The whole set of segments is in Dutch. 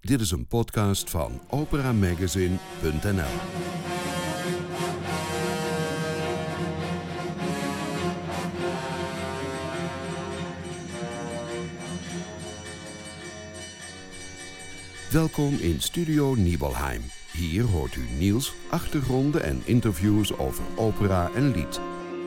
Dit is een podcast van operamagazine.nl. Welkom in Studio Nibelheim. Hier hoort u nieuws, achtergronden en interviews over opera en lied.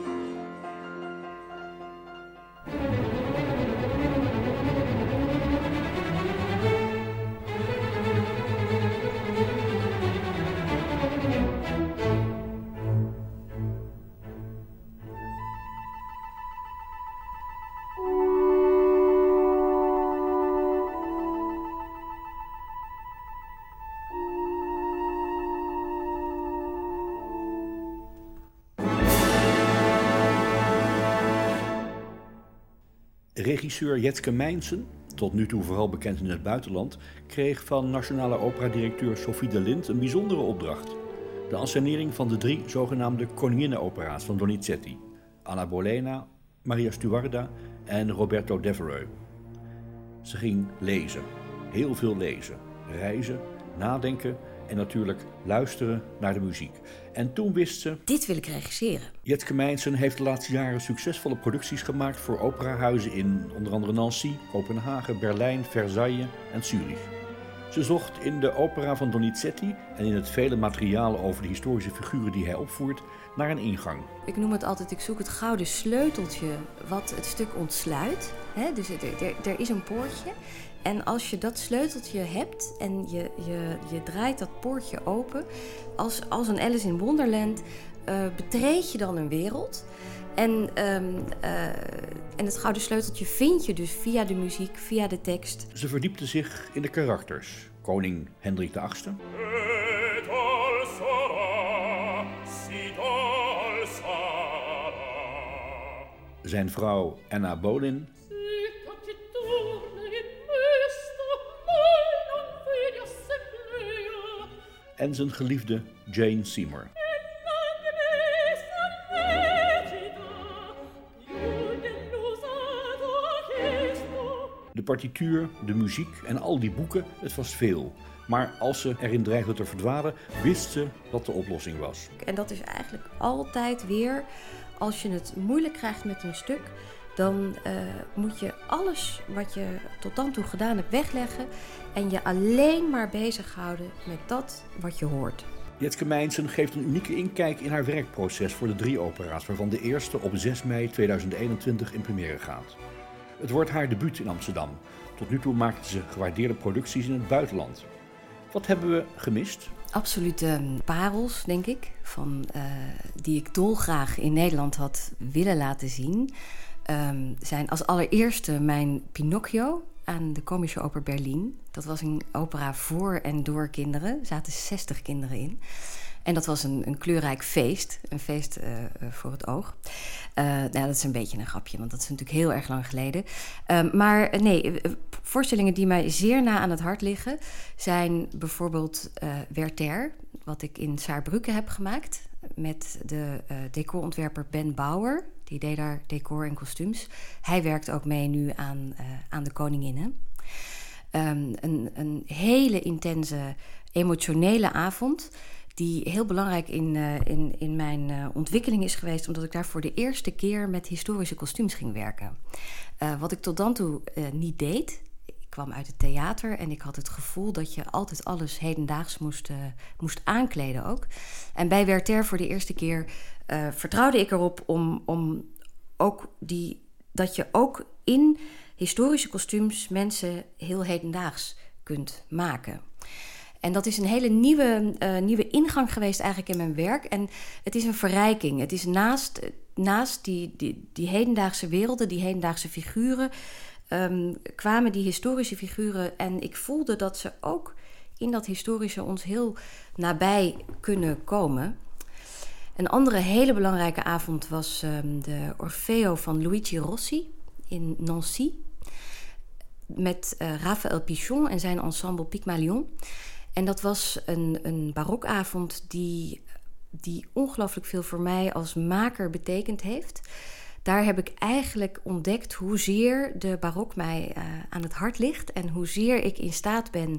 Regisseur Jetske Mijnssen, tot nu toe vooral bekend in het buitenland, kreeg van Nationale Opera-directeur Sophie de Lint een bijzondere opdracht. De enscenering van de 3 zogenaamde koninginnenopera's van Donizetti. Anna Bolena, Maria Stuarda en Roberto Devereux. Ze ging lezen, heel veel lezen, reizen, nadenken en natuurlijk luisteren naar de muziek. En toen wist ze: dit wil ik regisseren. Jetske Mijnssen heeft de laatste jaren succesvolle producties gemaakt voor operahuizen in onder andere Nancy, Kopenhagen, Berlijn, Versailles en Zurich. Ze zocht in de opera van Donizetti en in het vele materiaal over de historische figuren die hij opvoert naar een ingang. Ik noem het altijd, ik zoek het gouden sleuteltje wat het stuk ontsluit. Dus er is een poortje. En als je dat sleuteltje hebt en je draait dat poortje open, als een Alice in Wonderland, betreed je dan een wereld. En het gouden sleuteltje vind je dus via de muziek, via de tekst. Ze verdiepte zich in de karakters. Koning Hendrik VIII. Zijn vrouw Anna Boleyn. En zijn geliefde Jane Seymour. De partituur, de muziek en al die boeken, het was veel. Maar als ze erin dreigde te verdwalen, wist ze wat de oplossing was. En dat is eigenlijk altijd weer, als je het moeilijk krijgt met een stuk, dan moet je alles wat je tot dan toe gedaan hebt wegleggen en je alleen maar bezighouden met dat wat je hoort. Jetske Mijnssen geeft een unieke inkijk in haar werkproces voor de 3 opera's, waarvan de eerste op 6 mei 2021 in première gaat. Het wordt haar debuut in Amsterdam. Tot nu toe maakte ze gewaardeerde producties in het buitenland. Wat hebben we gemist? Absolute parels, denk ik, die ik dolgraag in Nederland had willen laten zien. Zijn als allereerste mijn Pinocchio aan de Komische Oper Berlin. Dat was een opera voor en door kinderen. Er zaten 60 kinderen in. En dat was een kleurrijk feest. Een feest voor het oog. Dat is een beetje een grapje, want dat is natuurlijk heel erg lang geleden. Maar voorstellingen die mij zeer na aan het hart liggen zijn bijvoorbeeld Werther, wat ik in Saarbrücken heb gemaakt met de decorontwerper Ben Bauer. Die deed daar decor en kostuums. Hij werkt ook mee nu aan de Koninginnen. Een hele intense, emotionele avond die heel belangrijk in mijn ontwikkeling is geweest, omdat ik daar voor de eerste keer met historische kostuums ging werken. Wat ik tot dan toe niet deed. Ik kwam uit het theater en ik had het gevoel dat je altijd alles hedendaags moest aankleden ook. En bij Werther voor de eerste keer vertrouwde ik erop om ook dat je ook in historische kostuums mensen heel hedendaags kunt maken. En dat is een hele nieuwe ingang geweest eigenlijk in mijn werk. En het is een verrijking. Het is naast die hedendaagse werelden, die hedendaagse figuren, kwamen die historische figuren. En ik voelde dat ze ook in dat historische ons heel nabij kunnen komen. Een andere hele belangrijke avond was de Orfeo van Luigi Rossi in Nancy. Met Raphaël Pichon en zijn ensemble Pygmalion. En dat was een barokavond die ongelooflijk veel voor mij als maker betekend heeft. Daar heb ik eigenlijk ontdekt hoezeer de barok mij aan het hart ligt en hoezeer ik in staat ben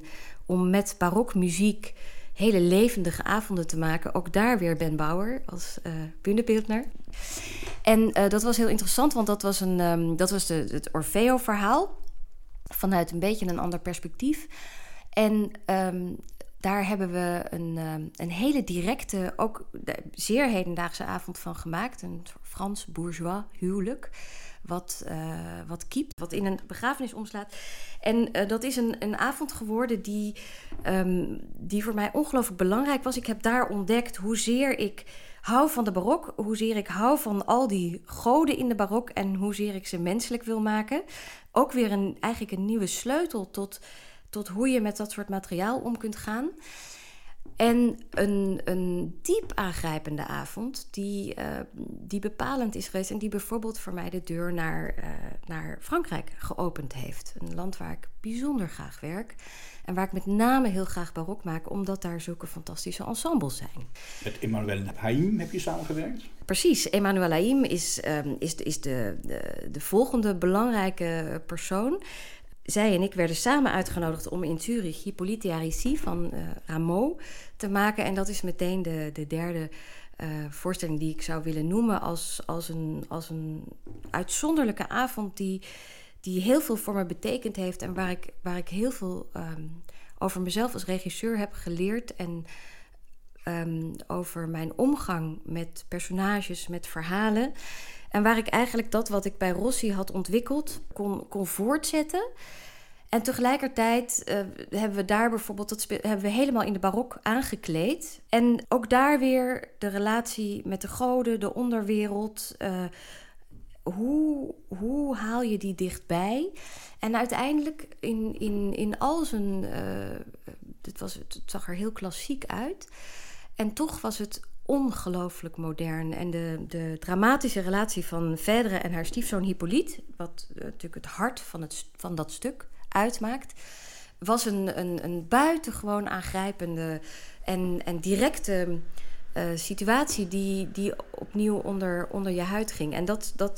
om met barokmuziek hele levendige avonden te maken. Ook daar weer Ben Bauer als bühnenbildner. En dat was heel interessant, want dat was het Orfeo-verhaal vanuit een beetje een ander perspectief. En daar hebben we een hele directe, ook zeer hedendaagse avond van gemaakt. Een Frans bourgeois huwelijk, wat kiept, wat in een begrafenis omslaat. En dat is een avond geworden die voor mij ongelooflijk belangrijk was. Ik heb daar ontdekt hoezeer ik hou van de barok, hoezeer ik hou van al die goden in de barok en hoezeer ik ze menselijk wil maken. Ook weer eigenlijk een nieuwe sleutel tot hoe je met dat soort materiaal om kunt gaan. En een diep aangrijpende avond die bepalend is geweest en die bijvoorbeeld voor mij de deur naar Frankrijk geopend heeft. Een land waar ik bijzonder graag werk en waar ik met name heel graag barok maak, omdat daar zulke fantastische ensembles zijn. Met Emmanuel Haïm heb je samengewerkt? Precies, Emmanuel Haïm is de volgende belangrijke persoon. Zij en ik werden samen uitgenodigd om in Zurich Hippolyte Aricie van Rameau te maken. En dat is meteen de derde voorstelling die ik zou willen noemen als een uitzonderlijke avond die heel veel voor me betekend heeft en waar ik heel veel over mezelf als regisseur heb geleerd en over mijn omgang met personages, met verhalen. En waar ik eigenlijk dat wat ik bij Rossi had ontwikkeld kon voortzetten. En tegelijkertijd hebben we daar bijvoorbeeld hebben we helemaal in de barok aangekleed. En ook daar weer de relatie met de goden, de onderwereld. Hoe haal je die dichtbij? En uiteindelijk in al zijn... het zag er heel klassiek uit. En toch was het ongelooflijk modern. En de dramatische relatie van Phèdre en haar stiefzoon Hippolyte, wat natuurlijk het hart van dat stuk uitmaakt, was een buitengewoon aangrijpende en directe situatie die opnieuw onder je huid ging. En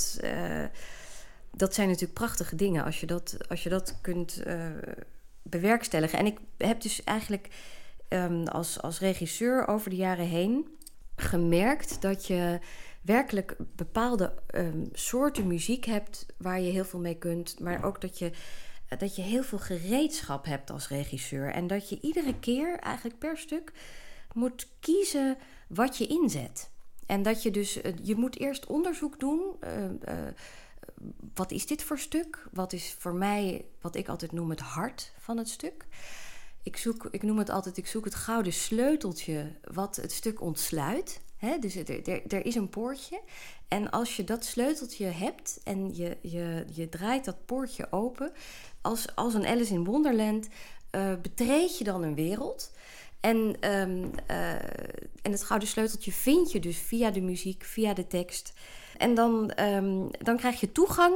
dat zijn natuurlijk prachtige dingen als je dat kunt bewerkstelligen. En ik heb dus eigenlijk als regisseur over de jaren heen gemerkt dat je werkelijk bepaalde soorten muziek hebt waar je heel veel mee kunt, maar ook dat je heel veel gereedschap hebt als regisseur en dat je iedere keer eigenlijk per stuk moet kiezen wat je inzet. En dat je dus, je moet eerst onderzoek doen. Wat is dit voor stuk? Wat is voor mij, wat ik altijd noem, het hart van het stuk? Ik noem het altijd, ik zoek het gouden sleuteltje wat het stuk ontsluit. Hè? Dus er is een poortje. En als je dat sleuteltje hebt en je draait dat poortje open, als een Alice in Wonderland, betreed je dan een wereld. En het gouden sleuteltje vind je dus via de muziek, via de tekst. En dan krijg je toegang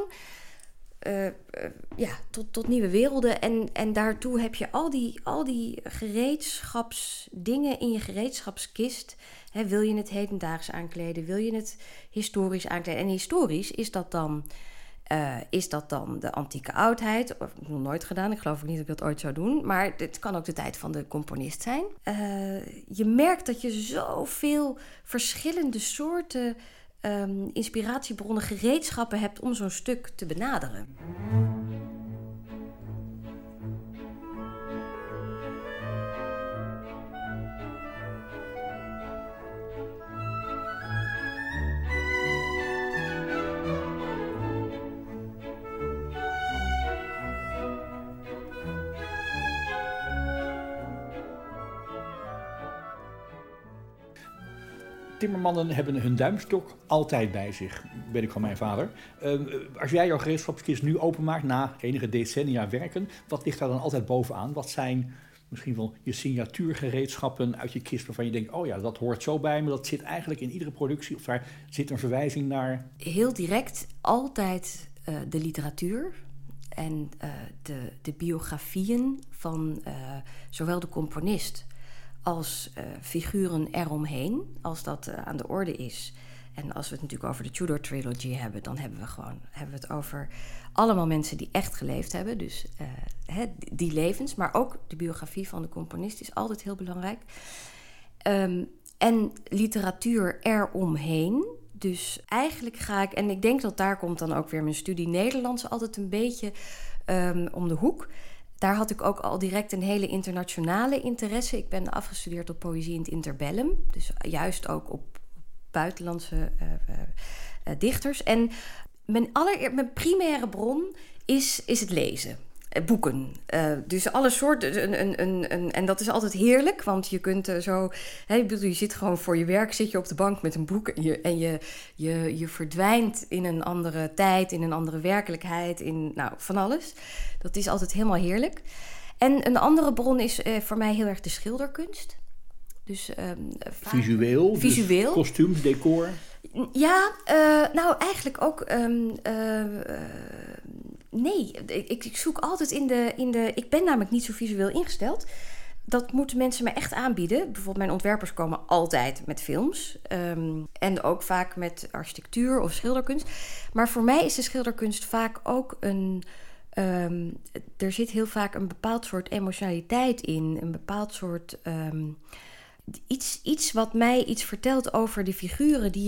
tot nieuwe werelden. En daartoe heb je al die gereedschapsdingen in je gereedschapskist. Hè, wil je het hedendaags aankleden? Wil je het historisch aankleden? En historisch is dat dan de antieke oudheid? Of, ik heb nog nooit gedaan, ik geloof ook niet dat ik dat ooit zou doen. Maar het kan ook de tijd van de componist zijn. Je merkt dat je zoveel verschillende soorten inspiratiebronnen, gereedschappen hebt om zo'n stuk te benaderen. Timmermannen hebben hun duimstok altijd bij zich, weet ik van mijn vader. Als jij jouw gereedschapskist nu openmaakt na enige decennia werken, wat ligt daar dan altijd bovenaan? Wat zijn misschien wel je signatuurgereedschappen uit je kist waarvan je denkt, oh ja, dat hoort zo bij me, dat zit eigenlijk in iedere productie of daar zit een verwijzing naar? Heel direct altijd de literatuur en de biografieën van zowel de componist als figuren eromheen, als dat aan de orde is. En als we het natuurlijk over de Tudor Trilogy hebben, dan hebben we het over allemaal mensen die echt geleefd hebben. Dus die levens, maar ook de biografie van de componist is altijd heel belangrijk. En literatuur eromheen. Dus eigenlijk ga ik, en ik denk dat daar komt dan ook weer mijn studie Nederlands altijd een beetje om de hoek. Daar had ik ook al direct een hele internationale interesse. Ik ben afgestudeerd op poëzie in het interbellum. Dus juist ook op buitenlandse dichters. En mijn primaire bron is het lezen. Boeken. Dus alle soorten. En dat is altijd heerlijk, want je kunt zo. Je zit gewoon voor je werk, zit je op de bank met een boek. En je verdwijnt in een andere tijd, in een andere werkelijkheid, in van alles. Dat is altijd helemaal heerlijk. En een andere bron is voor mij heel erg de schilderkunst. Dus, visueel? Dus kostuums, decor? Ja, eigenlijk ook. Nee, ik zoek altijd in de. Ik ben namelijk niet zo visueel ingesteld. Dat moeten mensen me echt aanbieden. Bijvoorbeeld mijn ontwerpers komen altijd met films. En ook vaak met architectuur of schilderkunst. Maar voor mij is de schilderkunst vaak ook een. Er zit heel vaak een bepaald soort emotionaliteit in. Een bepaald soort. Iets wat mij iets vertelt over de figuren die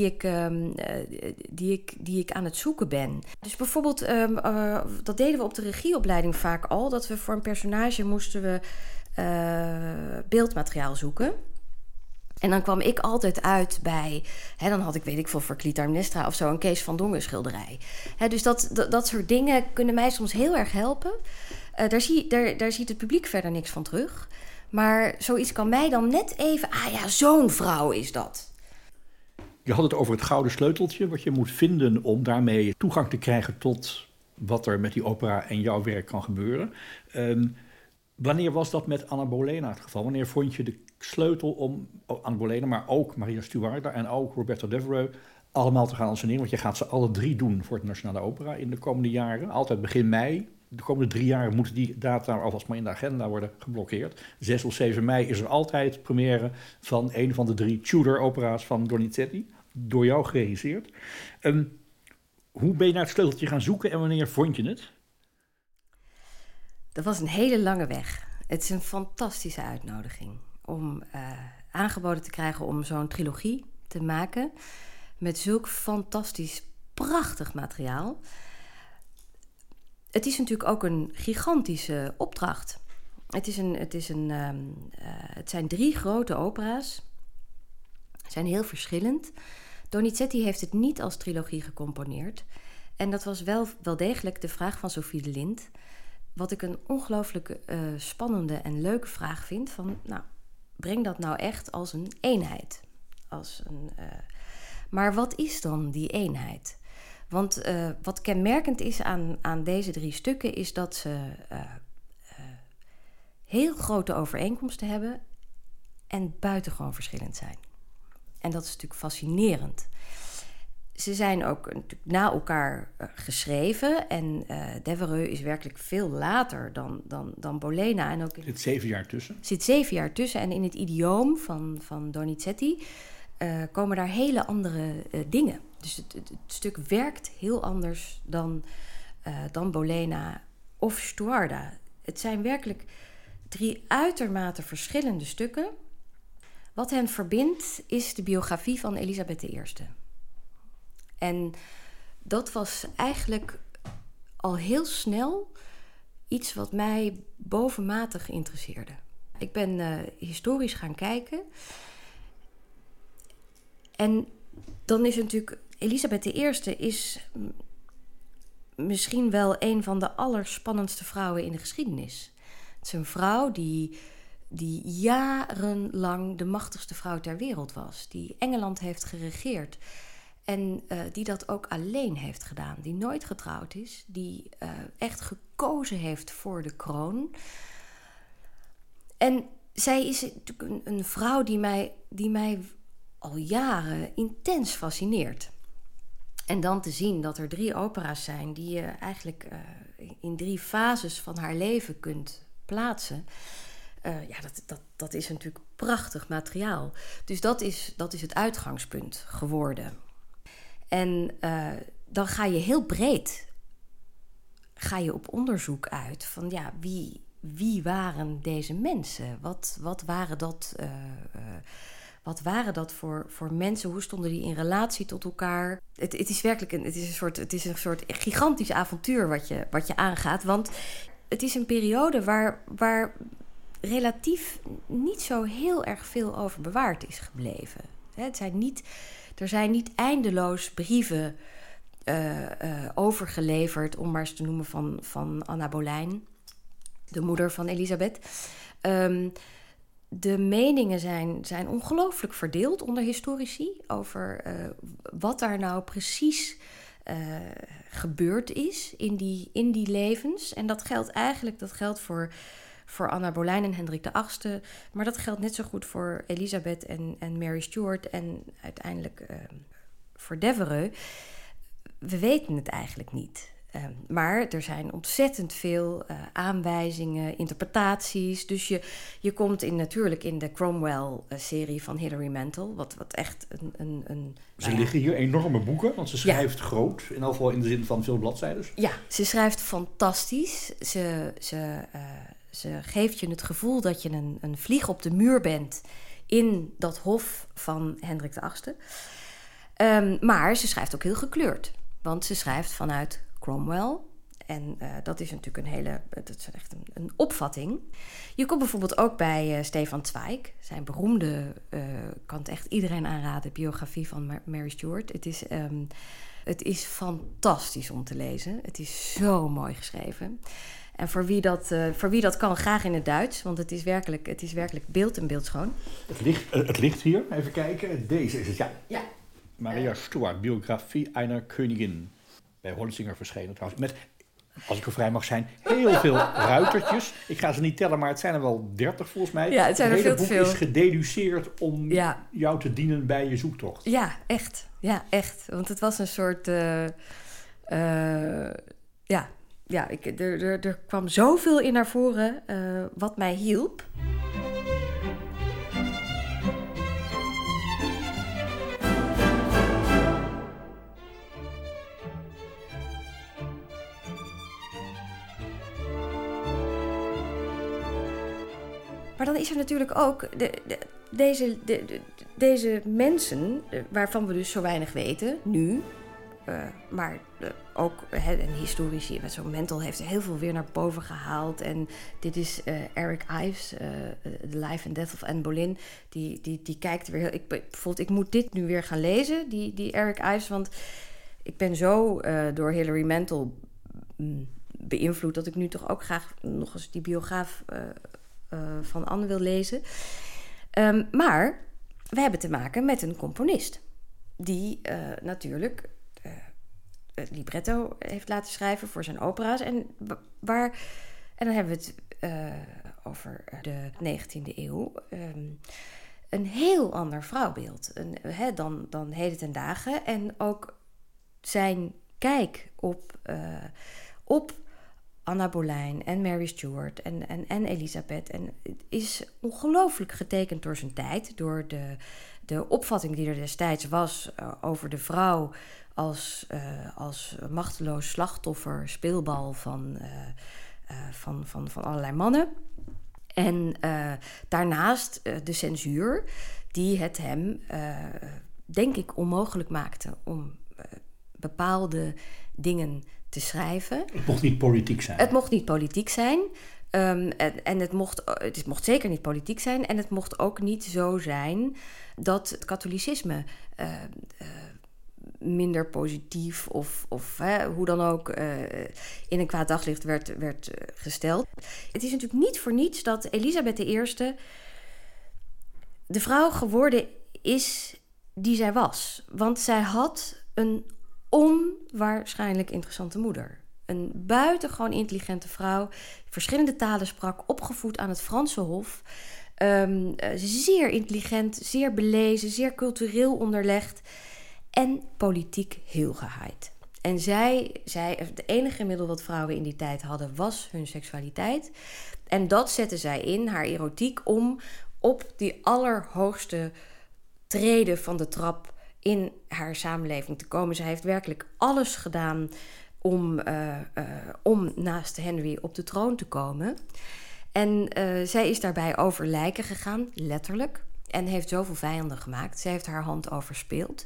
ik aan het zoeken ben. Dus bijvoorbeeld, dat deden we op de regieopleiding vaak al. Dat we voor een personage moesten beeldmateriaal zoeken. En dan kwam ik altijd uit bij. Dan had ik, weet ik veel, voor Clitemnestra of zo een Kees van Dongen schilderij. Dus dat soort dingen kunnen mij soms heel erg helpen. Daar ziet het publiek verder niks van terug. Maar zoiets kan mij dan net even. Zo'n vrouw is dat. Je had het over het gouden sleuteltje, wat je moet vinden om daarmee toegang te krijgen tot wat er met die opera en jouw werk kan gebeuren. Wanneer was dat met Anna Bolena het geval? Wanneer vond je de sleutel om Anna Bolena, maar ook Maria Stuarda en ook Roberto Devereux allemaal te gaan ensceneren? Want je gaat ze alle drie doen voor het Nationale Opera in de komende jaren. Altijd begin mei. De komende 3 jaar moeten die data alvast maar in de agenda worden geblokkeerd. 6 of 7 mei is er altijd première van een van de 3 Tudor-opera's van Donizetti. Door jou geregisseerd. Hoe ben je naar het sleuteltje gaan zoeken en wanneer vond je het? Dat was een hele lange weg. Het is een fantastische uitnodiging om aangeboden te krijgen om zo'n trilogie te maken. Met zulk fantastisch, prachtig materiaal. Het is natuurlijk ook een gigantische opdracht. Het zijn 3 grote opera's. Ze zijn heel verschillend. Donizetti heeft het niet als trilogie gecomponeerd. En dat was wel degelijk de vraag van Sophie de Lint. Wat ik een ongelooflijk spannende en leuke vraag vind. Breng dat nou echt als een eenheid. Maar wat is dan die eenheid? Want wat kenmerkend is aan deze 3 stukken is dat ze heel grote overeenkomsten hebben en buitengewoon verschillend zijn. En dat is natuurlijk fascinerend. Ze zijn ook natuurlijk na elkaar geschreven en Devereux is werkelijk veel later dan Bolena. En ook er zit 7 jaar tussen. Er zit 7 jaar tussen en in het idioom van Donizetti komen daar hele andere dingen. Dus het stuk werkt heel anders dan Bolena of Stuarda. Het zijn werkelijk 3 uitermate verschillende stukken. Wat hen verbindt is de biografie van Elisabeth I. En dat was eigenlijk al heel snel iets wat mij bovenmatig interesseerde. Ik ben historisch gaan kijken. En dan is het natuurlijk... Elisabeth I is misschien wel een van de allerspannendste vrouwen in de geschiedenis. Het is een vrouw die jarenlang de machtigste vrouw ter wereld was. Die Engeland heeft geregeerd. En die dat ook alleen heeft gedaan. Die nooit getrouwd is. Die echt gekozen heeft voor de kroon. En zij is natuurlijk een vrouw die mij al jaren intens fascineert. En dan te zien dat er 3 opera's zijn die je eigenlijk in 3 fases van haar leven kunt plaatsen. Dat is natuurlijk prachtig materiaal. Dus dat is het uitgangspunt geworden. En dan ga je heel breed op onderzoek uit van ja, wie waren deze mensen? Wat waren dat voor mensen? Hoe stonden die in relatie tot elkaar? Het is werkelijk een soort gigantisch avontuur wat je aangaat. Want het is een periode waar relatief niet zo heel erg veel over bewaard is gebleven. Er zijn niet eindeloos brieven overgeleverd, om maar eens te noemen, van Anna Boleyn, de moeder van Elisabeth. De meningen zijn ongelooflijk verdeeld onder historici over wat daar nou precies gebeurd is in die levens. En dat geldt voor Anna Boleyn en Hendrik VIII, maar dat geldt net zo goed voor Elisabeth en Mary Stuart en uiteindelijk voor Devereux. We weten het eigenlijk niet. Maar er zijn ontzettend veel aanwijzingen, interpretaties. Dus je komt natuurlijk in de Cromwell-serie van Hilary Mantel, wat echt een Ze liggen hier enorme boeken, want ze schrijft groot. In elk geval in de zin van veel bladzijden. Ja, ze schrijft fantastisch. Ze geeft je het gevoel dat je een vlieg op de muur bent in dat hof van Hendrik VIII. Maar ze schrijft ook heel gekleurd. Want ze schrijft vanuit Cromwell. En dat is natuurlijk dat is echt een opvatting. Je komt bijvoorbeeld ook bij Stefan Zweig. Zijn beroemde, kan het echt iedereen aanraden, biografie van Mary Stuart. Het is fantastisch om te lezen. Het is zo mooi geschreven. En voor wie dat kan, graag in het Duits. Want het is werkelijk beeld en beeldschoon. Het ligt hier. Even kijken. Deze is het, Ja. Maria Stuart, biografie einer Königin. Bij Holzinger verschenen trouwens. Met, als ik er vrij mag zijn, heel veel ruitertjes. Ik ga ze niet tellen, maar het zijn er wel 30 volgens mij. Ja, het zijn er veel te veel. Het hele boek is gededuceerd om jou te dienen bij je zoektocht. Ja, echt. Ja, echt. Want het was een soort... er kwam zoveel in naar voren wat mij hielp. Maar dan is er natuurlijk ook deze mensen, waarvan we dus zo weinig weten, nu. Maar ook een historici, zo'n Mantel heeft er heel veel weer naar boven gehaald. En dit is Eric Ives, The Life and Death of Anne Boleyn. Die kijkt weer heel... Ik moet dit nu weer gaan lezen, die Eric Ives. Want ik ben zo door Hilary Mantel beïnvloed dat ik nu toch ook graag nog eens die biograaf van Anne wil lezen. Maar we hebben te maken met een componist die natuurlijk het libretto heeft laten schrijven voor zijn opera's. En dan hebben we het over de 19e eeuw. Een heel ander vrouwbeeld dan heden ten dagen. En ook zijn kijk op Anna Boleyn en Mary Stuart en Elisabeth. En het is ongelooflijk getekend door zijn tijd. Door de opvatting die er destijds was over de vrouw als machteloos slachtoffer, speelbal van allerlei mannen. En daarnaast de censuur die het hem, denk ik, onmogelijk maakte om bepaalde dingen te schrijven. Het mocht niet politiek zijn. Het mocht niet politiek zijn. En het mocht zeker niet politiek zijn. En het mocht ook niet zo zijn dat het katholicisme minder positief of hoe dan ook in een kwaad daglicht werd gesteld. Het is natuurlijk niet voor niets dat Elisabeth I de vrouw geworden is die zij was. Want zij had een onwaarschijnlijk interessante moeder. Een buitengewoon intelligente vrouw, verschillende talen sprak, opgevoed aan het Franse Hof. Zeer intelligent, zeer belezen, zeer cultureel onderlegd en politiek heel gehaaid. En het enige middel wat vrouwen in die tijd hadden was hun seksualiteit. En dat zette zij in, haar erotiek, om op die allerhoogste treden van de trap in haar samenleving te komen. Zij heeft werkelijk alles gedaan om naast Henry op de troon te komen. En zij is daarbij over lijken gegaan, letterlijk. En heeft zoveel vijanden gemaakt. Zij heeft haar hand overspeeld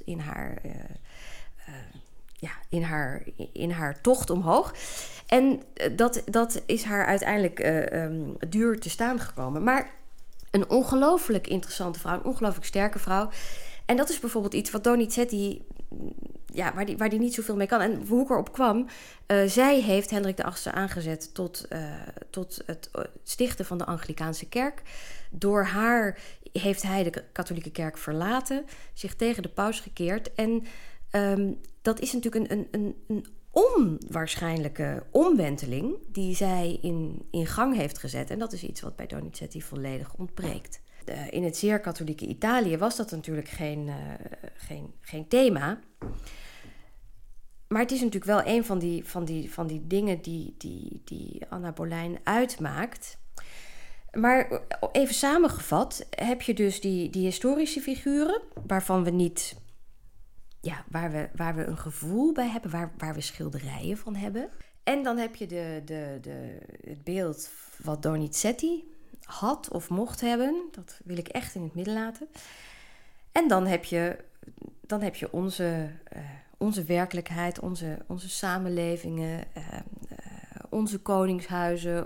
in haar tocht omhoog. En dat is haar uiteindelijk duur te staan gekomen. Maar een ongelooflijk interessante vrouw, een ongelooflijk sterke vrouw. En dat is bijvoorbeeld iets wat Donizetti, waar die niet zoveel mee kan. En hoe ik erop kwam, zij heeft Hendrik VIII aangezet tot het stichten van de Anglicaanse kerk. Door haar heeft hij de katholieke kerk verlaten, zich tegen de paus gekeerd. En dat is natuurlijk een onwaarschijnlijke omwenteling die zij in gang heeft gezet. En dat is iets wat bij Donizetti volledig ontbreekt. In het zeer katholieke Italië was dat natuurlijk geen thema. Maar het is natuurlijk wel een van die dingen die Anna Boleyn uitmaakt. Maar even samengevat heb je dus die historische figuren, waarvan we niet, waar we een gevoel bij hebben, waar we schilderijen van hebben. En dan heb je het beeld wat Donizetti had of mocht hebben. Dat wil ik echt in het midden laten. En dan heb je onze werkelijkheid, onze samenlevingen, onze koningshuizen.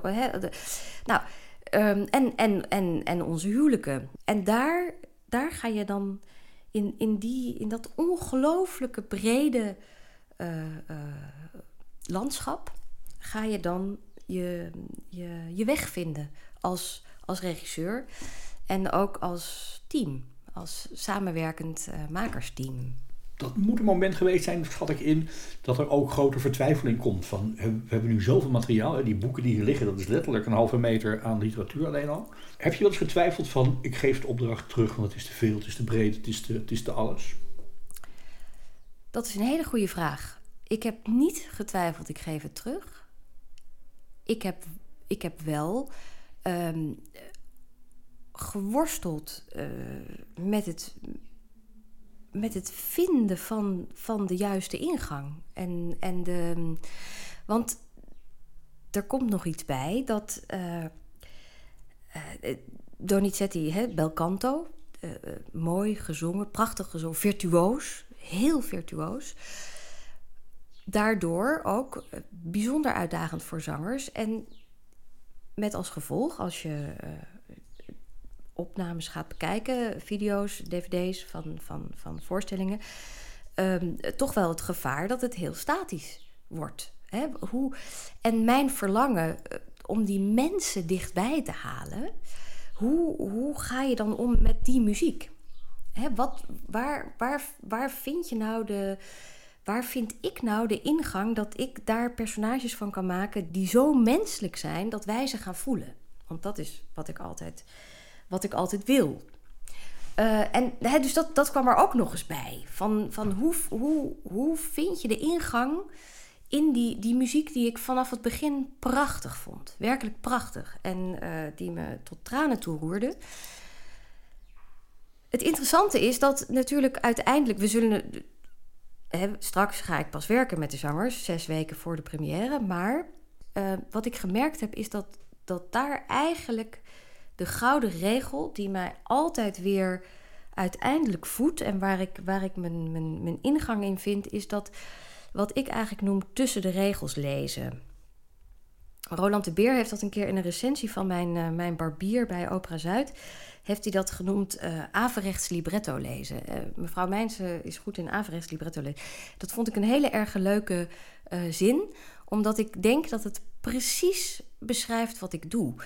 En onze huwelijken. En daar ga je dan in dat ongelooflijke brede landschap, ga je dan je weg vinden als regisseur en ook als team, als samenwerkend makersteam. Dat moet een moment geweest zijn, schat ik in, dat er ook grote vertwijfeling komt. Van, we hebben nu zoveel materiaal, die boeken die hier liggen, dat is letterlijk 1,5 meter aan literatuur alleen al. Heb je wel eens getwijfeld van, ik geef de opdracht terug, want het is te veel, het is te breed, het is te alles? Dat is een hele goede vraag. Ik heb niet getwijfeld, ik geef het terug. Ik heb wel geworsteld met het vinden van de juiste ingang. Want er komt nog iets bij dat Donizetti, bel canto, mooi gezongen, prachtig gezongen, virtuoos, heel virtuoos. Daardoor ook bijzonder uitdagend voor zangers. En met als gevolg, als je opnames gaat bekijken, video's, dvd's van voorstellingen, toch wel het gevaar dat het heel statisch wordt. Hè? En mijn verlangen om die mensen dichtbij te halen, hoe ga je dan om met die muziek? Hè, waar vind je nou waar vind ik nou de ingang dat ik daar personages van kan maken die zo menselijk zijn dat wij ze gaan voelen? Want dat is wat ik altijd wil. Dus dat kwam er ook nog eens bij. Van hoe vind je de ingang in die muziek die ik vanaf het begin prachtig vond. Werkelijk prachtig. En die me tot tranen toe roerde. Het interessante is dat natuurlijk uiteindelijk straks ga ik pas werken met de zangers, 6 weken voor de première. Maar wat ik gemerkt heb is dat daar eigenlijk de gouden regel die mij altijd weer uiteindelijk voedt en waar ik mijn ingang in vind, is dat wat ik eigenlijk noem tussen de regels lezen. Roland de Beer heeft dat een keer in een recensie van mijn barbier bij Opera Zuid, heeft hij dat genoemd averechts libretto lezen. Mevrouw Mijnsen is goed in averechts libretto lezen. Dat vond ik een hele erg leuke zin, omdat ik denk dat het precies beschrijft wat ik doe.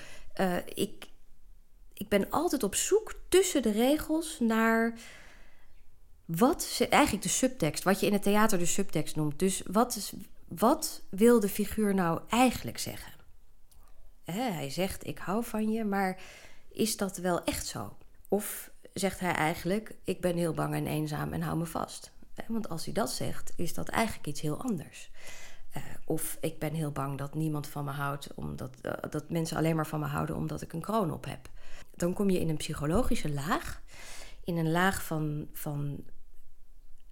Ik ben altijd op zoek tussen de regels naar eigenlijk de subtekst, wat je in het theater de subtekst noemt. Dus wat wil de figuur nou eigenlijk zeggen? Hij zegt, ik hou van je, maar is dat wel echt zo? Of zegt hij eigenlijk, ik ben heel bang en eenzaam en hou me vast? Want als hij dat zegt, is dat eigenlijk iets heel anders. Of ik ben heel bang dat niemand van me houdt, dat mensen alleen maar van me houden omdat ik een kroon op heb. Dan kom je in een psychologische laag, in een laag van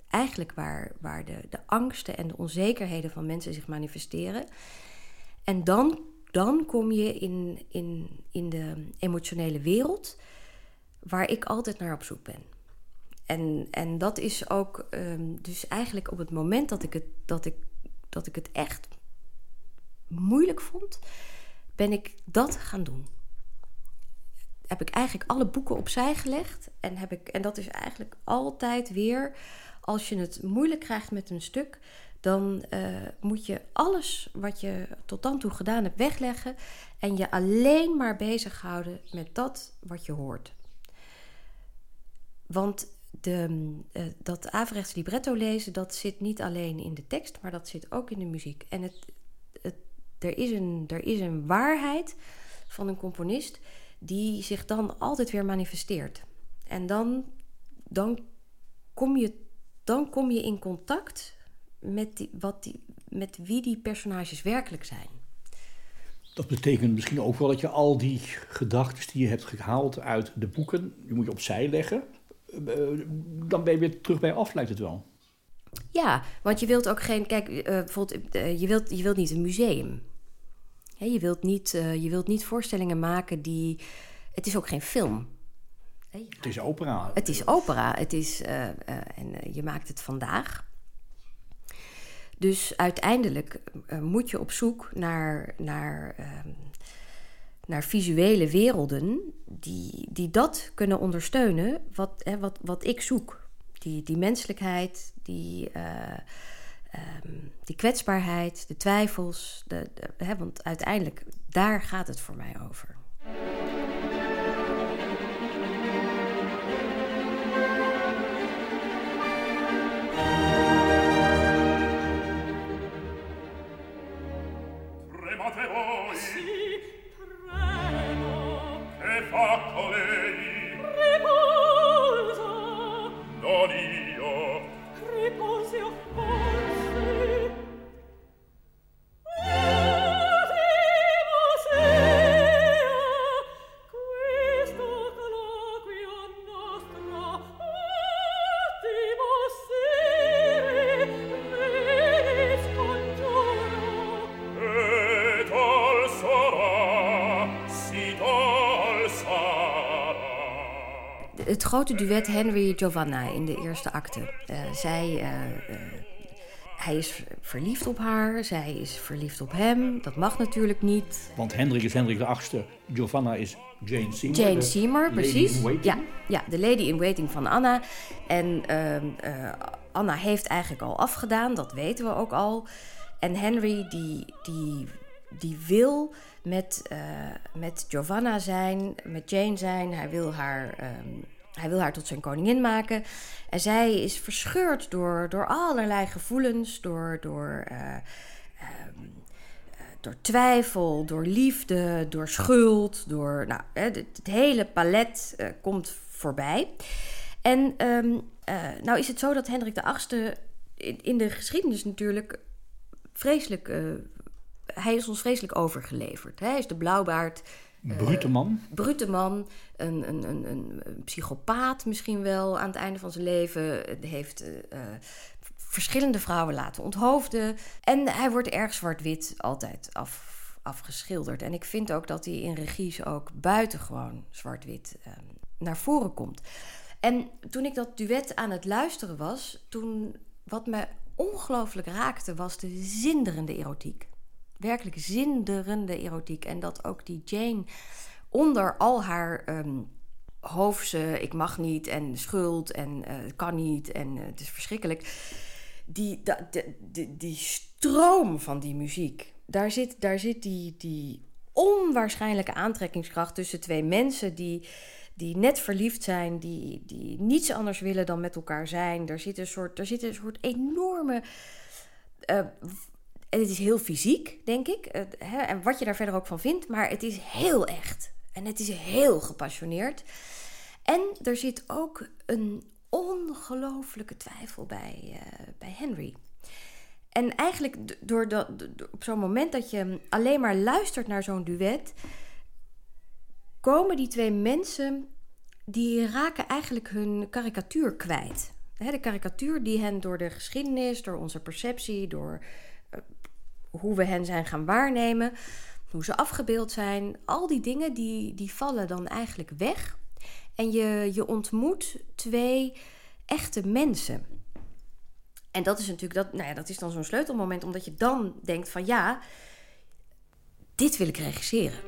eigenlijk waar de angsten en de onzekerheden van mensen zich manifesteren. En dan kom je in de emotionele wereld waar ik altijd naar op zoek ben. En dat is ook dus eigenlijk op het moment dat ik het echt moeilijk vond, ben ik dat gaan doen. Heb ik eigenlijk alle boeken opzij gelegd. En dat is eigenlijk altijd weer, als je het moeilijk krijgt met een stuk, dan moet je alles wat je tot dan toe gedaan hebt wegleggen en je alleen maar bezighouden met dat wat je hoort. Want dat averechts libretto lezen, dat zit niet alleen in de tekst, maar dat zit ook in de muziek. En er is een waarheid van een componist die zich dan altijd weer manifesteert. En dan kom je in contact met wie die personages werkelijk zijn. Dat betekent misschien ook wel dat je al die gedachten die je hebt gehaald uit de boeken, die moet je opzij leggen. Dan ben je weer terug bij af, lijkt het wel. Ja, want je wilt ook geen... Kijk, bijvoorbeeld, je wilt niet een museum. Je wilt niet voorstellingen maken die... Het is ook geen film. Het is opera. Het is opera. En je maakt het vandaag. Dus uiteindelijk moet je op zoek naar visuele werelden die dat kunnen ondersteunen wat ik zoek. Die menselijkheid, die kwetsbaarheid, de twijfels. Want uiteindelijk, daar gaat het voor mij over. Het grote duet Henry-Giovanna in de eerste acte. Hij is verliefd op haar, zij is verliefd op hem. Dat mag natuurlijk niet. Want Hendrik is Hendrik VIII, Giovanna is Jane Seymour. Jane Seymour, precies. Ja, de lady in waiting van Anna. En Anna heeft eigenlijk al afgedaan, dat weten we ook al. En Henry die wil met Giovanna zijn, met Jane zijn. Hij wil haar tot zijn koningin maken. En zij is verscheurd door allerlei gevoelens, door twijfel, door liefde, door schuld, het hele palet komt voorbij. En nou is het zo dat Hendrik VIII in de geschiedenis natuurlijk vreselijk... hij is ons vreselijk overgeleverd. Hij is de blauwbaard... Brute man, een psychopaat misschien wel aan het einde van zijn leven. Heeft verschillende vrouwen laten onthoofden. En hij wordt erg zwart-wit altijd afgeschilderd. En ik vind ook dat hij in regies ook buitengewoon zwart-wit naar voren komt. En toen ik dat duet aan het luisteren was, wat me ongelooflijk raakte, was de zinderende erotiek. Werkelijk zinderende erotiek. En dat ook die Jane onder al haar hoofdse ik mag niet en schuld en het kan niet en het is verschrikkelijk. Die stroom van die muziek. Daar zit die onwaarschijnlijke aantrekkingskracht tussen twee mensen die net verliefd zijn, die niets anders willen dan met elkaar zijn. Daar zit een soort enorme... En het is heel fysiek, denk ik. En wat je daar verder ook van vindt. Maar het is heel echt. En het is heel gepassioneerd. En er zit ook een ongelooflijke twijfel bij Henry. En eigenlijk op zo'n moment dat je alleen maar luistert naar zo'n duet, komen die twee mensen, die raken eigenlijk hun karikatuur kwijt. de karikatuur die hen door de geschiedenis, door onze perceptie, door hoe we hen zijn gaan waarnemen, hoe ze afgebeeld zijn, al die dingen die vallen dan eigenlijk weg. En je ontmoet 2 echte mensen. En dat is natuurlijk, dat is dan zo'n sleutelmoment, omdat je dan denkt van ja, dit wil ik regisseren.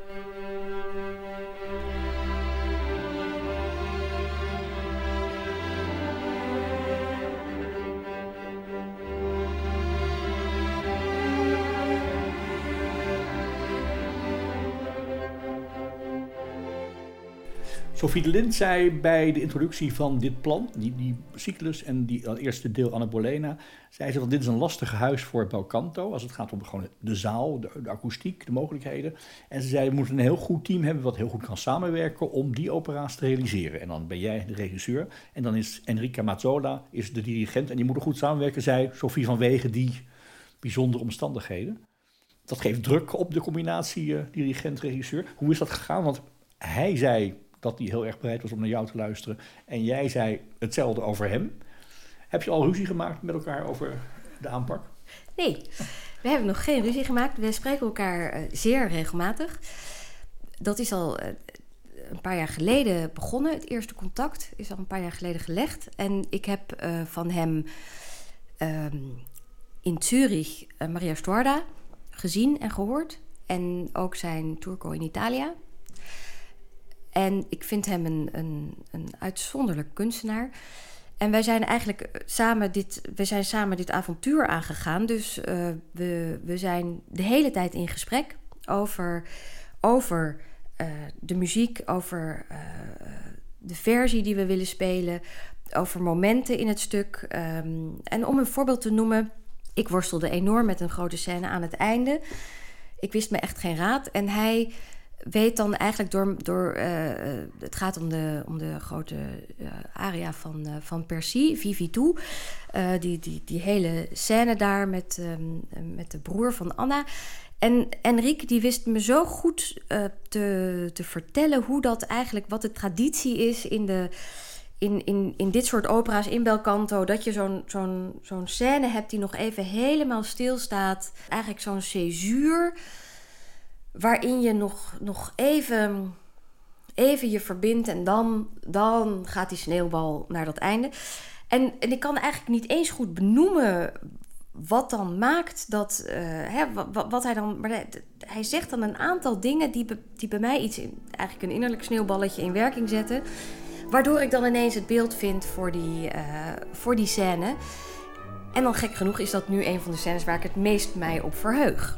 Sophie de Lint zei bij de introductie van dit plan, die cyclus en die eerste deel Anna Bolena, zei ze dat dit is een lastig huis voor bel canto, als het gaat om gewoon de zaal, de akoestiek, de mogelijkheden. En ze zei, we moeten een heel goed team hebben wat heel goed kan samenwerken om die opera's te realiseren. En dan ben jij de regisseur en dan is Enrica Mazzola is de dirigent en die moeten goed samenwerken, zei Sophie, vanwege die bijzondere omstandigheden. Dat geeft druk op de combinatie dirigent-regisseur. Hoe is dat gegaan? Want hij zei dat hij heel erg bereid was om naar jou te luisteren. En jij zei hetzelfde over hem. Heb je al ruzie gemaakt met elkaar over de aanpak? Nee, we hebben nog geen ruzie gemaakt. We spreken elkaar zeer regelmatig. Dat is al een paar jaar geleden begonnen. Het eerste contact is al een paar jaar geleden gelegd. En ik heb van hem in Zurich Maria Stuarda gezien en gehoord. En ook zijn Turco in Italia. En ik vind hem een uitzonderlijk kunstenaar. En wij zijn eigenlijk samen dit avontuur aangegaan. Dus we zijn de hele tijd in gesprek over de muziek, over de versie die we willen spelen, over momenten in het stuk. En om een voorbeeld te noemen, ik worstelde enorm met een grote scène aan het einde. Ik wist me echt geen raad en hij weet dan eigenlijk door het gaat om de grote aria van Percy, Vivi Tu. Die hele scène daar met de broer van Anna. En Enrique die wist me zo goed te vertellen hoe dat eigenlijk, wat de traditie is in dit soort opera's, in bel canto, dat je zo'n scène hebt die nog even helemaal stilstaat. Eigenlijk zo'n césuur waarin je nog even je verbindt en dan gaat die sneeuwbal naar dat einde. En ik kan eigenlijk niet eens goed benoemen wat dan maakt dat wat hij dan. Maar hij zegt dan een aantal dingen die bij mij eigenlijk een innerlijk sneeuwballetje in werking zetten, waardoor ik dan ineens het beeld vind voor die scène. En dan gek genoeg is dat nu een van de scènes waar ik het meest mij op verheug.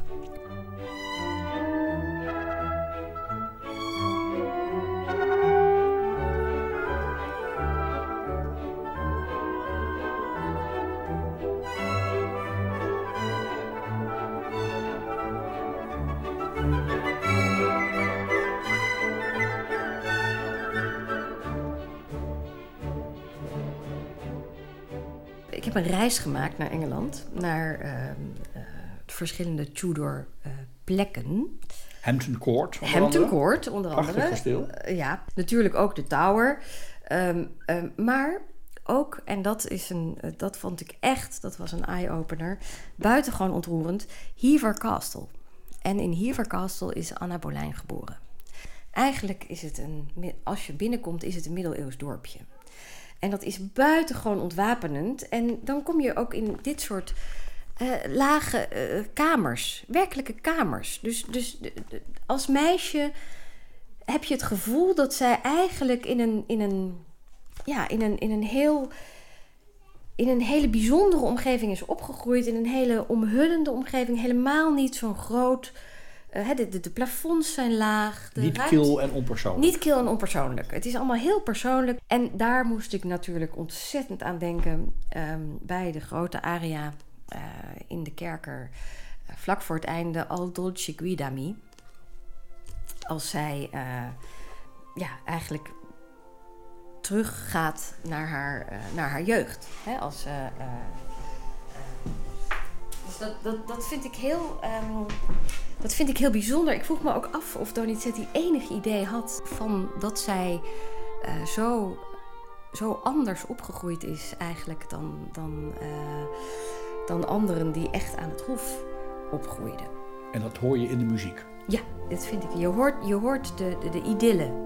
Ik heb een reis gemaakt naar Engeland, naar verschillende Tudor plekken. Hampton Court, onder andere. Prachtig kasteel. Ja, natuurlijk ook de Tower. Maar ook, en dat vond ik echt, dat was een eye-opener, buitengewoon ontroerend, Hever Castle. En in Hever Castle is Anna Boleyn geboren. Eigenlijk is het als je binnenkomt, is het een middeleeuws dorpje. En dat is buitengewoon ontwapenend. En dan kom je ook in dit soort lage kamers. Werkelijke kamers. Dus als meisje heb je het gevoel dat zij eigenlijk in een hele bijzondere omgeving is opgegroeid. In een hele omhullende omgeving. Helemaal niet zo'n groot. De plafonds zijn laag. Niet kil en onpersoonlijk. Niet kil en onpersoonlijk. Het is allemaal heel persoonlijk. En daar moest ik natuurlijk ontzettend aan denken bij de grote aria in de kerker. Vlak voor het einde, Al dolce guidami. Als zij eigenlijk teruggaat naar haar jeugd. Dus dat vind ik heel... Dat vind ik heel bijzonder. Ik vroeg me ook af of Donizetti enig idee had van dat zij zo zo anders opgegroeid is eigenlijk dan anderen die echt aan het hof opgroeiden. En dat hoor je in de muziek? Ja, dat vind ik. Je hoort de idylle.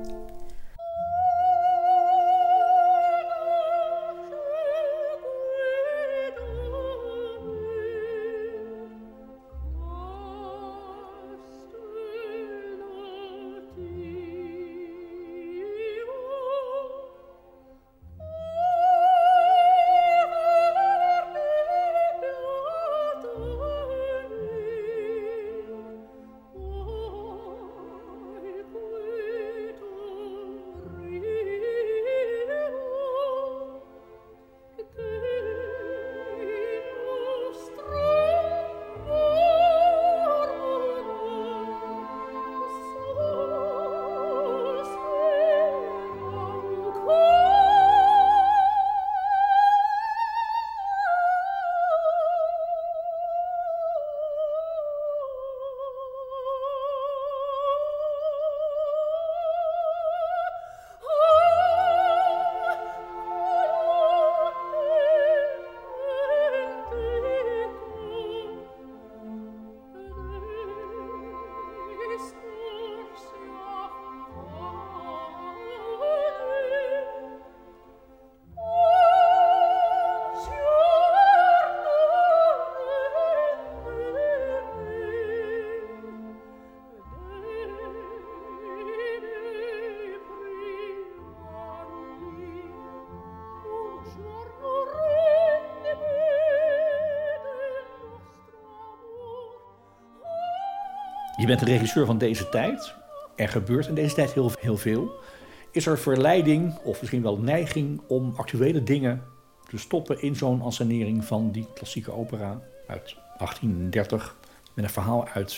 Je bent de regisseur van deze tijd. Er gebeurt in deze tijd heel veel. Is er verleiding of misschien wel neiging om actuele dingen te stoppen in zo'n ansenering van die klassieke opera uit 1830 met een verhaal uit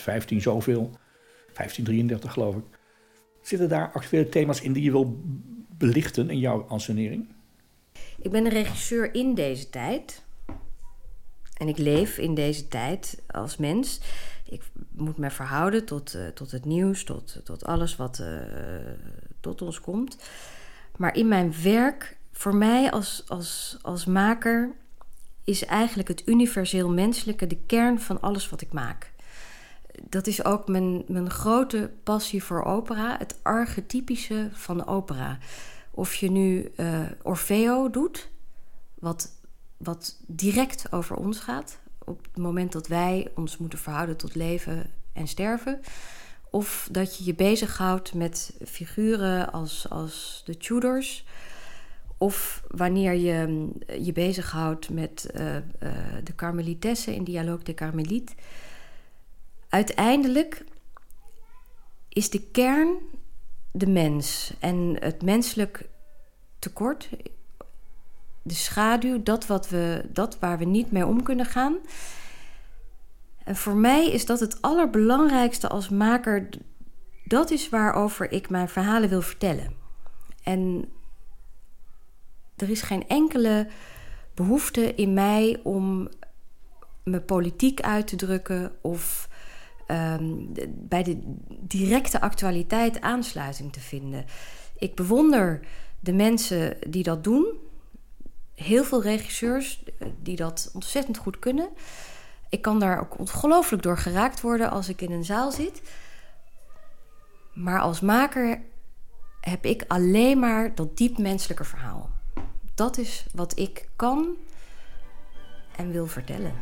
1533 geloof ik. Zitten daar actuele thema's in die je wil belichten in jouw ansenering? Ik ben een regisseur in deze tijd. En ik leef in deze tijd als mens. Ik moet me verhouden tot het nieuws, tot alles wat tot ons komt. Maar in mijn werk, voor mij als maker, is eigenlijk het universeel menselijke de kern van alles wat ik maak. Dat is ook mijn grote passie voor opera, het archetypische van de opera. Of je nu Orfeo doet, wat direct over ons gaat, op het moment dat wij ons moeten verhouden tot leven en sterven. Of dat je je bezighoudt met figuren als de Tudors. Of wanneer je je bezighoudt met de Karmelitessen in Dialogue des Carmélites. Uiteindelijk is de kern de mens en het menselijk tekort, de schaduw, dat waar we niet mee om kunnen gaan. En voor mij is dat het allerbelangrijkste als maker. Dat is waarover ik mijn verhalen wil vertellen. En er is geen enkele behoefte in mij om me politiek uit te drukken of bij de directe actualiteit aansluiting te vinden. Ik bewonder de mensen die dat doen. Heel veel regisseurs die dat ontzettend goed kunnen. Ik kan daar ook ongelooflijk door geraakt worden als ik in een zaal zit. Maar als maker heb ik alleen maar dat diep menselijke verhaal. Dat is wat ik kan en wil vertellen.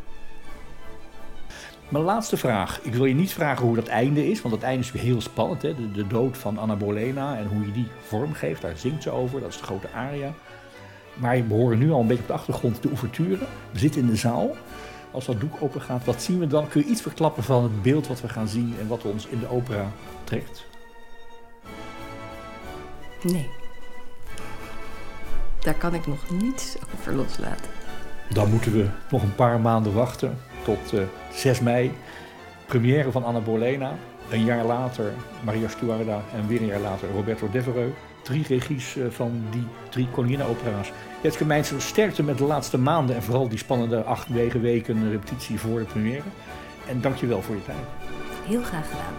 Mijn laatste vraag. Ik wil je niet vragen hoe dat einde is, want het einde is heel spannend. Hè? De dood van Anna Bolena en hoe je die vorm geeft, daar zingt ze over. Dat is de grote aria. Maar we horen nu al een beetje op de achtergrond de ouverture. We zitten in de zaal. Als dat doek open gaat, wat zien we dan? Kun je iets verklappen van het beeld wat we gaan zien en wat ons in de opera trekt? Nee. Daar kan ik nog niets over loslaten. Dan moeten we nog een paar maanden wachten tot 6 mei. Première van Anna Bolena. Een jaar later Maria Stuarda en weer een jaar later Roberto Devereux. 3 regies van die 3 koninginnenopera's. Jetske Mijnsen, sterkte met de laatste maanden en vooral die spannende 8 weken repetitie voor de première. En dank je wel voor je tijd. Heel graag gedaan.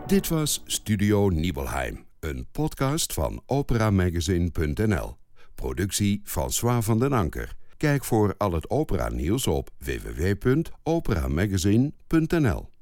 Dit was Studio Nibelheim, een podcast van operamagazine.nl. Productie François van den Anker. Kijk voor al het opera-nieuws op www.operamagazine.nl.